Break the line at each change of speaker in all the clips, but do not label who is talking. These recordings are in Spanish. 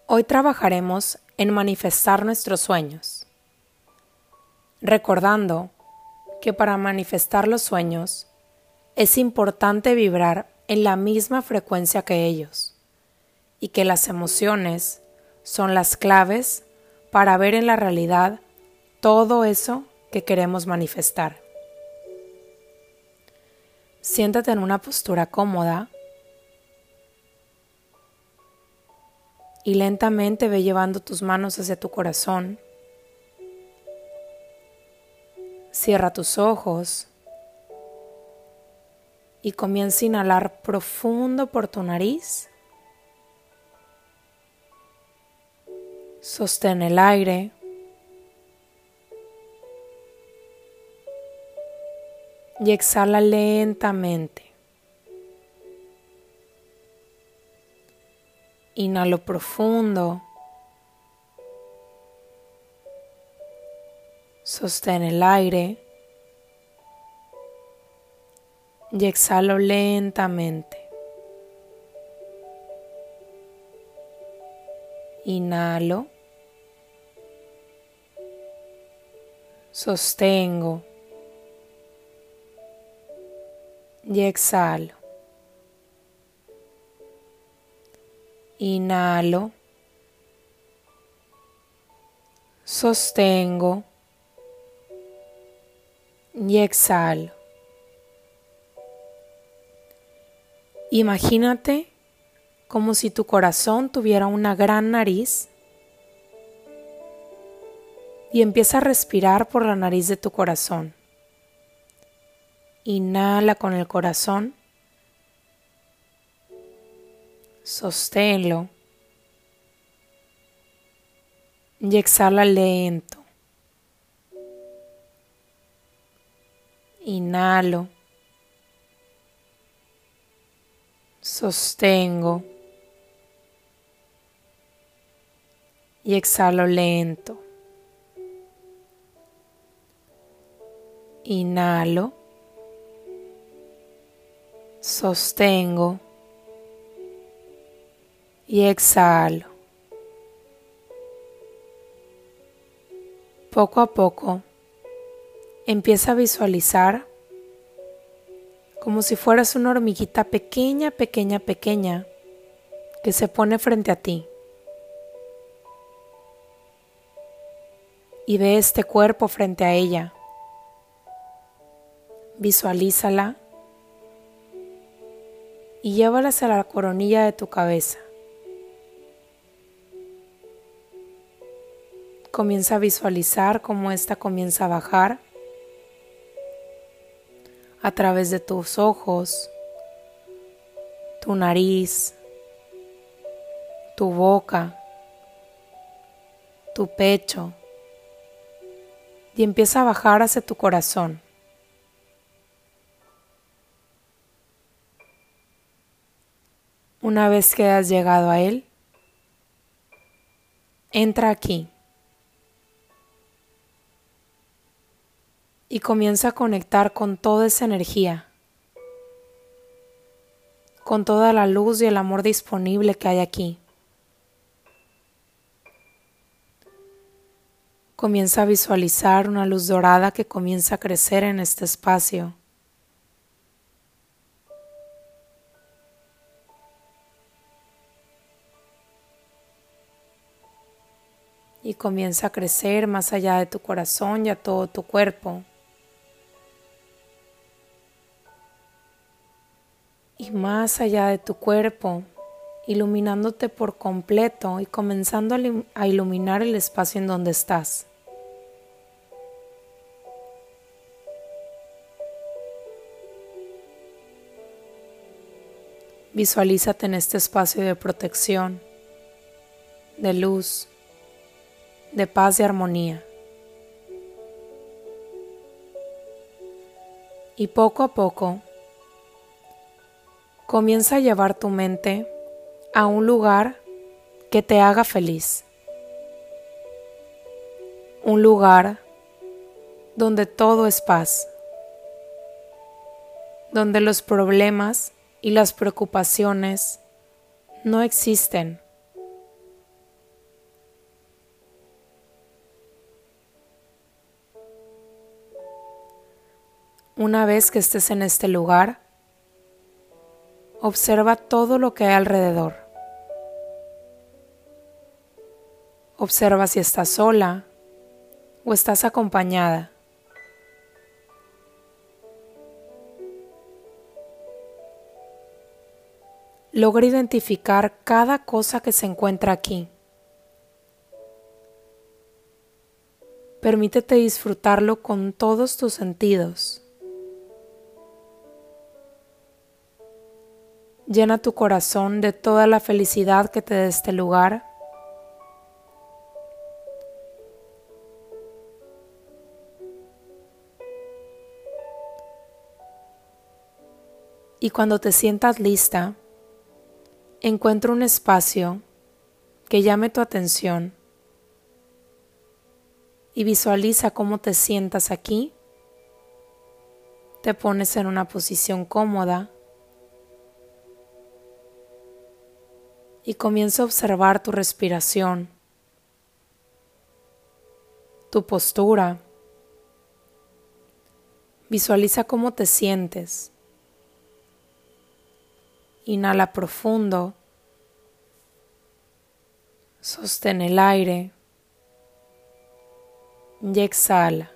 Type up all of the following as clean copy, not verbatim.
Hoy trabajaremos en manifestar nuestros sueños, recordando que para manifestar los sueños es importante vibrar en la misma frecuencia que ellos y que las emociones son las claves para ver en la realidad todo eso que queremos manifestar. Siéntate en una postura cómoda y lentamente ve llevando tus manos hacia tu corazón. Cierra tus ojos y comienza a inhalar profundo por tu nariz. Sostén el aire. Y exhala lentamente. Inhalo profundo. Sostén el aire. Y exhalo lentamente. Inhalo. Sostengo. Y exhalo. Inhalo. Sostengo. Y exhalo. Imagínate como si tu corazón tuviera una gran nariz y empieza a respirar por la nariz de tu corazón. Inhala con el corazón, sosténlo y exhala lento. Inhalo, sostengo y exhalo lento. Inhalo, sostengo y exhalo. Poco a poco empieza a visualizar como si fueras una hormiguita pequeña, pequeña, pequeña que se pone frente a ti. Y ve este cuerpo frente a ella. Visualízala y llévala hacia la coronilla de tu cabeza. Comienza a visualizar cómo ésta comienza a bajar a través de tus ojos, tu nariz, tu boca, tu pecho, y empieza a bajar hacia tu corazón. Una vez que has llegado a él, entra aquí y comienza a conectar con toda esa energía, con toda la luz y el amor disponible que hay aquí. Comienza a visualizar una luz dorada que comienza a crecer en este espacio. Y comienza a crecer más allá de tu corazón y a todo tu cuerpo. Y más allá de tu cuerpo, iluminándote por completo y comenzando a iluminar el espacio en donde estás. Visualízate en este espacio de protección, de luz, de paz y armonía. Y poco a poco, comienza a llevar tu mente a un lugar que te haga feliz. Un lugar donde todo es paz. Donde los problemas y las preocupaciones no existen. Una vez que estés en este lugar, observa todo lo que hay alrededor. Observa si estás sola o estás acompañada. Logra identificar cada cosa que se encuentra aquí. Permítete disfrutarlo con todos tus sentidos. Llena tu corazón de toda la felicidad que te dé este lugar. Y cuando te sientas lista, encuentra un espacio que llame tu atención y visualiza cómo te sientas aquí. Te pones en una posición cómoda y comienza a observar tu respiración, tu postura. Visualiza cómo te sientes. Inhala profundo. Sostén el aire y exhala.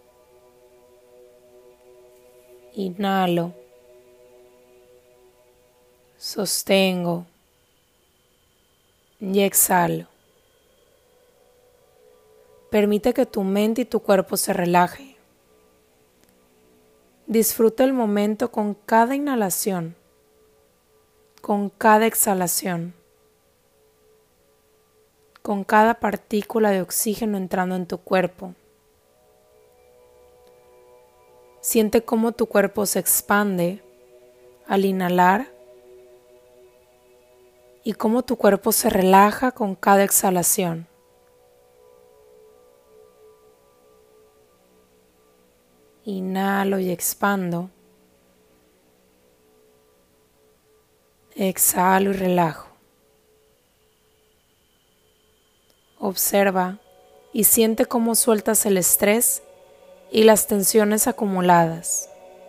Inhalo. Sostengo y exhalo. Permite que tu mente y tu cuerpo se relajen. Disfruta el momento con cada inhalación, con cada exhalación, con cada partícula de oxígeno entrando en tu cuerpo. Siente cómo tu cuerpo se expande al inhalar y cómo tu cuerpo se relaja con cada exhalación. Inhalo y expando. Exhalo y relajo. Observa y siente cómo sueltas el estrés y las tensiones acumuladas.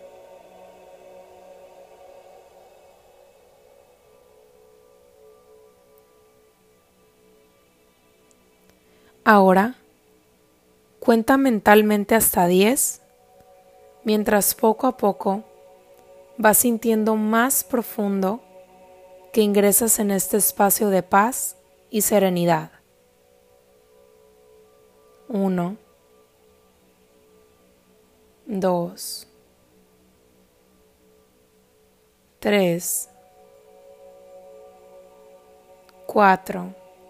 Ahora, cuenta mentalmente hasta 10, mientras poco a poco vas sintiendo más profundo que ingresas en este espacio de paz y serenidad. 1, 2, 3, 4,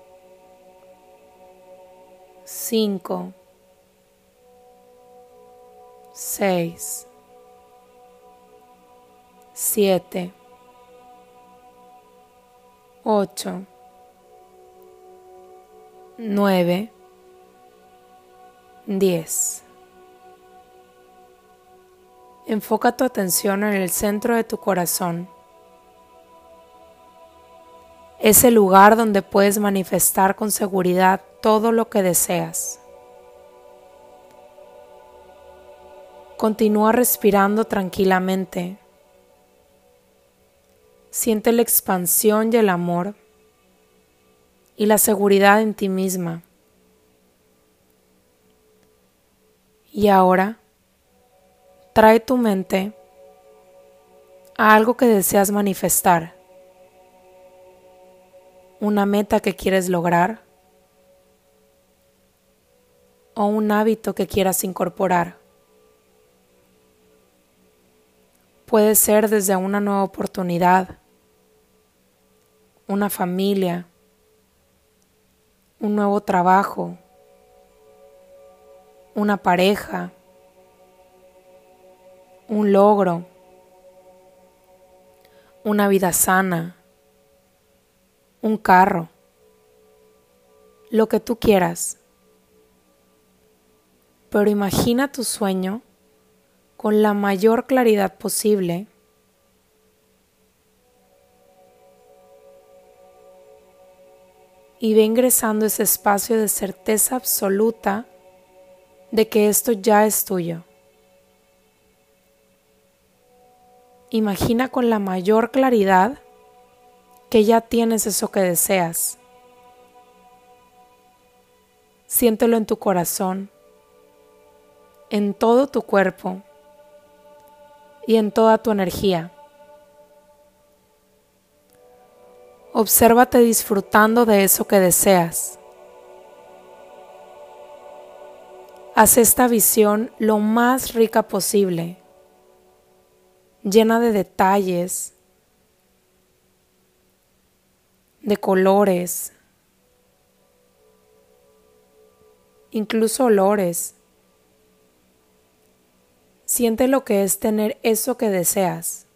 5, 6, 7, 8, 9, 10. Enfoca tu atención en el centro de tu corazón. Es el lugar donde puedes manifestar con seguridad todo lo que deseas. Continúa respirando tranquilamente. Siente la expansión y el amor y la seguridad en ti misma. Y ahora, trae tu mente a algo que deseas manifestar, una meta que quieres lograr o un hábito que quieras incorporar. Puede ser desde una nueva oportunidad, una familia, un nuevo trabajo, una pareja, un logro, una vida sana, un carro, lo que tú quieras. Pero imagina tu sueño con la mayor claridad posible y ve ingresando ese espacio de certeza absoluta de que esto ya es tuyo. Imagina con la mayor claridad que ya tienes eso que deseas. Siéntelo en tu corazón, en todo tu cuerpo y en toda tu energía. Obsérvate disfrutando de eso que deseas. Haz esta visión lo más rica posible, llena de detalles, de colores, incluso olores. Siente lo que es tener eso que deseas.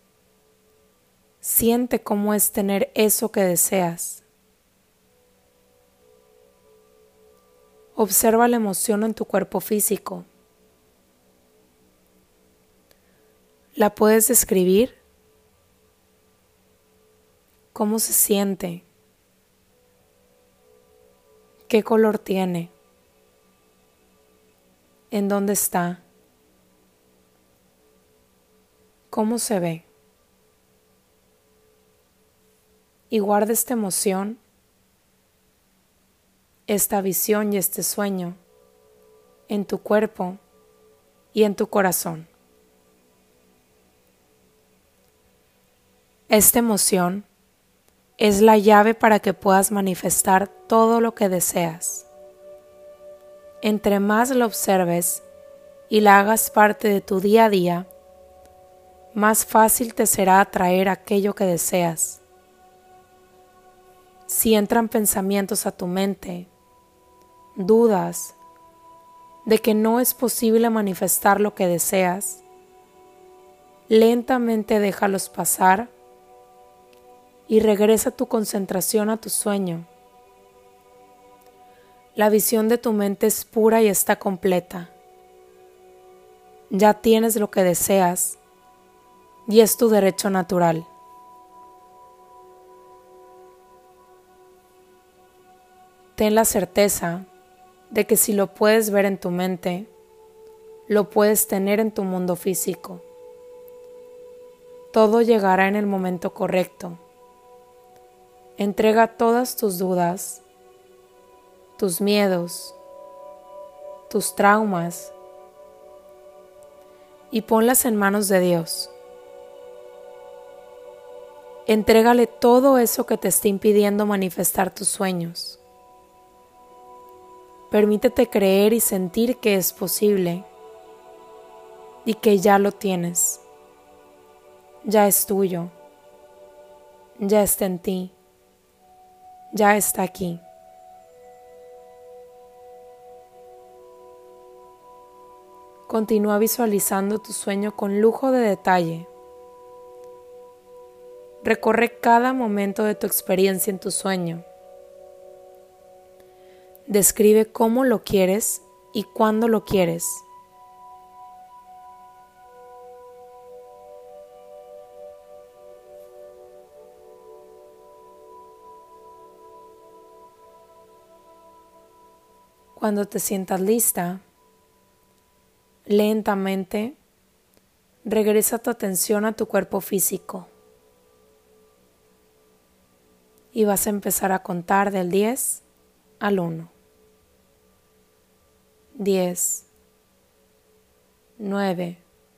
Siente cómo es tener eso que deseas. Observa la emoción en tu cuerpo físico. ¿La puedes describir? ¿Cómo se siente? ¿Qué color tiene? ¿En dónde está? ¿Cómo se ve? Y guarda esta emoción, esta visión y este sueño en tu cuerpo y en tu corazón. Esta emoción es la llave para que puedas manifestar todo lo que deseas. Entre más la observes y la hagas parte de tu día a día, más fácil te será atraer aquello que deseas. Si entran pensamientos a tu mente, dudas de que no es posible manifestar lo que deseas, lentamente déjalos pasar y regresa tu concentración a tu sueño. La visión de tu mente es pura y está completa. Ya tienes lo que deseas y es tu derecho natural. Ten la certeza de que si lo puedes ver en tu mente, lo puedes tener en tu mundo físico. Todo llegará en el momento correcto. Entrega todas tus dudas, tus miedos, tus traumas y ponlas en manos de Dios. Entrégale todo eso que te esté impidiendo manifestar tus sueños. Permítete creer y sentir que es posible y que ya lo tienes. Ya es tuyo. Ya está en ti. Ya está aquí. Continúa visualizando tu sueño con lujo de detalle. Recorre cada momento de tu experiencia en tu sueño. Describe cómo lo quieres y cuándo lo quieres. Cuando te sientas lista, lentamente regresa tu atención a tu cuerpo físico y vas a empezar a contar del 10 al 1. 10, 9,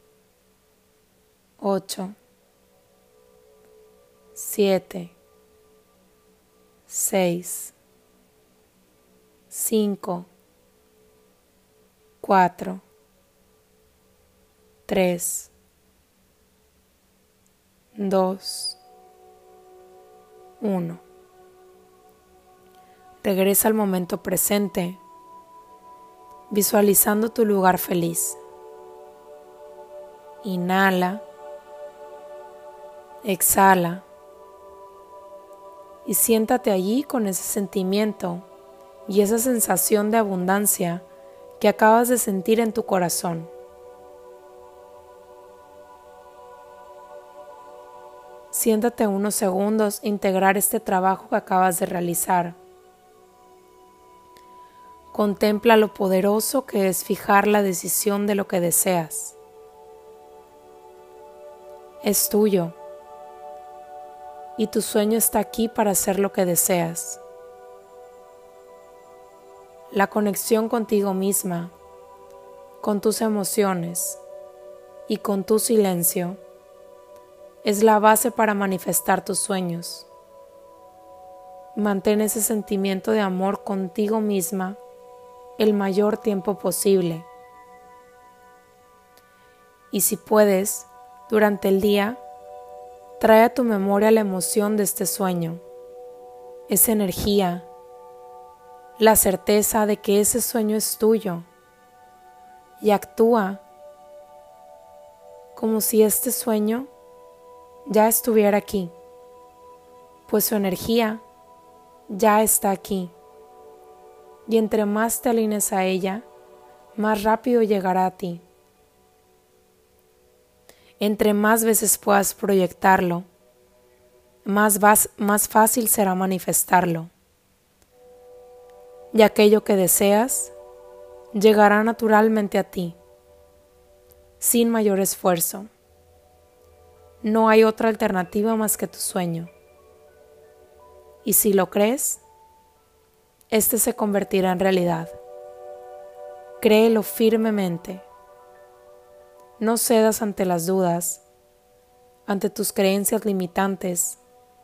8, 7, 6, 5, 4, 3, 2, 1. Regresa al momento presente, visualizando tu lugar feliz. Inhala, exhala y siéntate allí con ese sentimiento y esa sensación de abundancia que acabas de sentir en tu corazón. Siéntate unos segundos a integrar este trabajo que acabas de realizar. Contempla lo poderoso que es fijar la decisión de lo que deseas. es tuyo y tu sueño está aquí para hacer lo que deseas. La conexión contigo misma, con tus emociones y con tu silencio es la base para manifestar tus sueños. Mantén ese sentimiento de amor contigo misma el mayor tiempo posible. Y si puedes, durante el día, trae a tu memoria la emoción de este sueño, esa energía, la certeza de que ese sueño es tuyo, y actúa como si este sueño ya estuviera aquí, pues su energía ya está aquí, y entre más te alines a ella, más rápido llegará a ti. Entre más veces puedas proyectarlo, más fácil será manifestarlo. Y aquello que deseas llegará naturalmente a ti, sin mayor esfuerzo. No hay otra alternativa más que tu sueño. Y si lo crees, este se convertirá en realidad. Créelo firmemente. No cedas ante las dudas, ante tus creencias limitantes,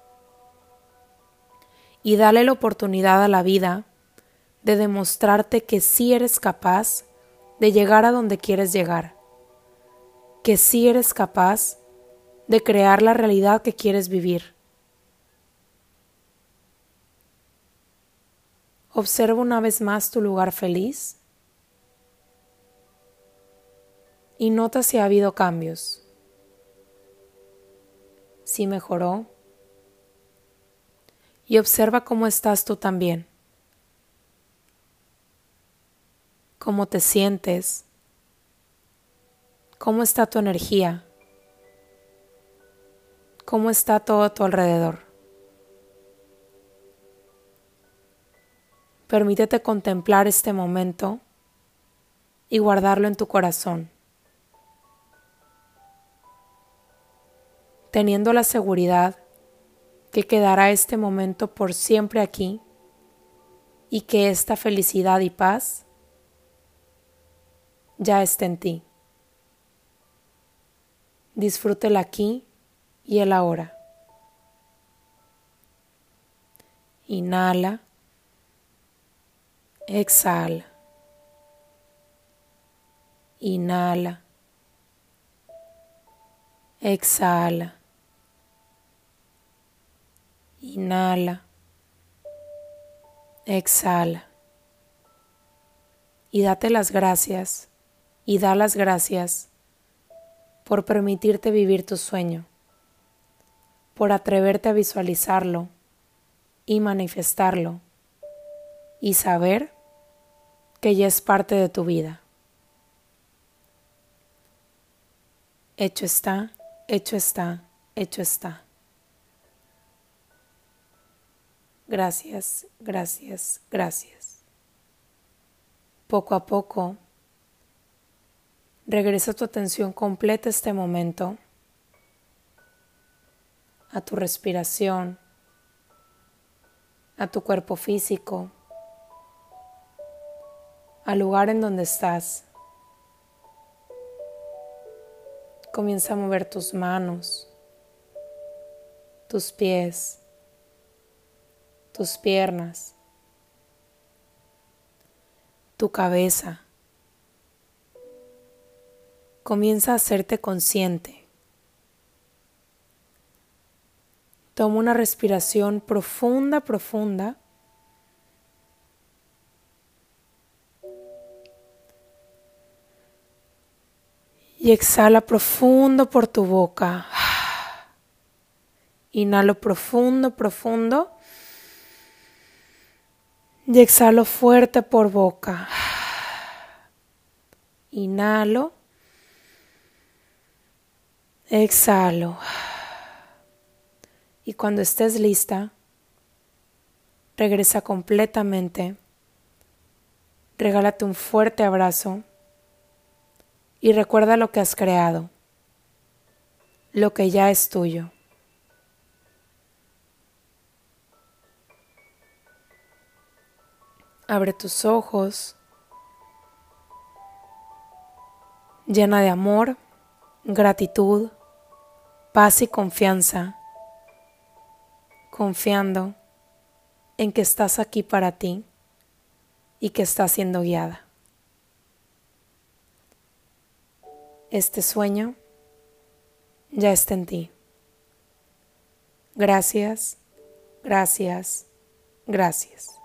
y dale la oportunidad a la vida de demostrarte que sí eres capaz de llegar a donde quieres llegar, que sí eres capaz de crear la realidad que quieres vivir. Observa una vez más tu lugar feliz y nota si ha habido cambios, si mejoró, y observa cómo estás tú también, cómo te sientes, cómo está tu energía, cómo está todo a tu alrededor. Permítete contemplar este momento y guardarlo en tu corazón, teniendo la seguridad que quedará este momento por siempre aquí y que esta felicidad y paz ya está en ti. Disfrútela aquí y el ahora. Inhala, exhala, inhala, exhala, inhala, exhala, y date las gracias y da las gracias por permitirte vivir tu sueño, por atreverte a visualizarlo y manifestarlo y saber que ya es parte de tu vida. Hecho está, hecho está, hecho está. Gracias, gracias, gracias. Poco a poco, regresa tu atención completa a este momento, a tu respiración, a tu cuerpo físico, al lugar en donde estás. Comienza a mover tus manos, tus pies, tus piernas, tu cabeza. Comienza a hacerte consciente. Toma una respiración profunda, profunda. Y exhala profundo por tu boca. Inhalo profundo, profundo. Y exhalo fuerte por boca. Inhalo. Exhalo. Y cuando estés lista, regresa completamente. Regálate un fuerte abrazo. Y recuerda lo que has creado. lo que ya es tuyo. Abre tus ojos, llena de amor, gratitud, paz y confianza, confiando en que estás aquí para ti y que estás siendo guiada. Este sueño ya está en ti. Gracias, gracias, gracias.